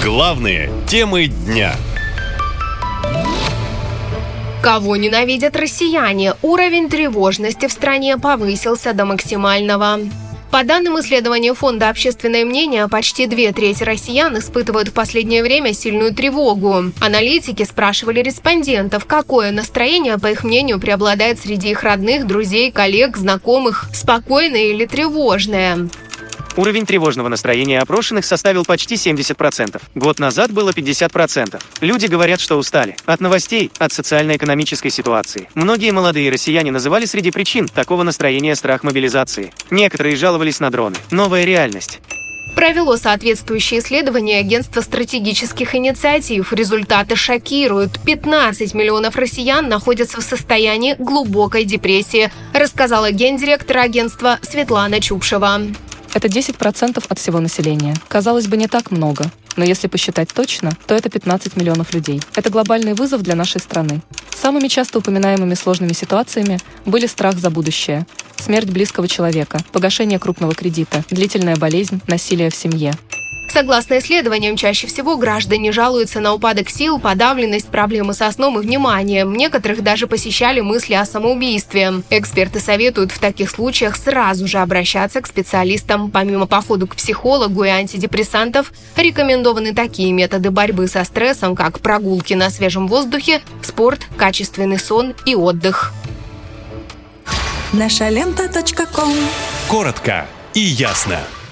Главные темы дня. Кого ненавидят россияне? Уровень тревожности в стране повысился до максимального. По данным исследования Фонда «Общественное мнение», почти 2/3 россиян испытывают в последнее время сильную тревогу. Аналитики спрашивали респондентов, какое настроение, по их мнению, преобладает среди их родных, друзей, коллег, знакомых – спокойное или тревожное. Уровень тревожного настроения опрошенных составил почти 70%. Год назад было 50%. Люди говорят, что устали. От новостей, от социально-экономической ситуации. Многие молодые россияне называли среди причин такого настроения страх мобилизации. Некоторые жаловались на дроны. Новая реальность. Провело соответствующее исследование Агентство стратегических инициатив. Результаты шокируют. 15 миллионов россиян находятся в состоянии глубокой депрессии, рассказала гендиректор агентства Светлана Чупшева. Это 10% от всего населения. Казалось бы, не так много. Но если посчитать точно, то это 15 миллионов людей. Это глобальный вызов для нашей страны. Самыми часто упоминаемыми сложными ситуациями были страх за будущее, смерть близкого человека, погашение крупного кредита, длительная болезнь, насилие в семье. Согласно исследованиям, чаще всего граждане жалуются на упадок сил, подавленность, проблемы со сном и вниманием. Некоторых даже посещали мысли о самоубийстве. Эксперты советуют в таких случаях сразу же обращаться к специалистам. Помимо похода к психологу и антидепрессантов, рекомендованы такие методы борьбы со стрессом, как прогулки на свежем воздухе, спорт, качественный сон и отдых. Нашалента.ком. Коротко и ясно.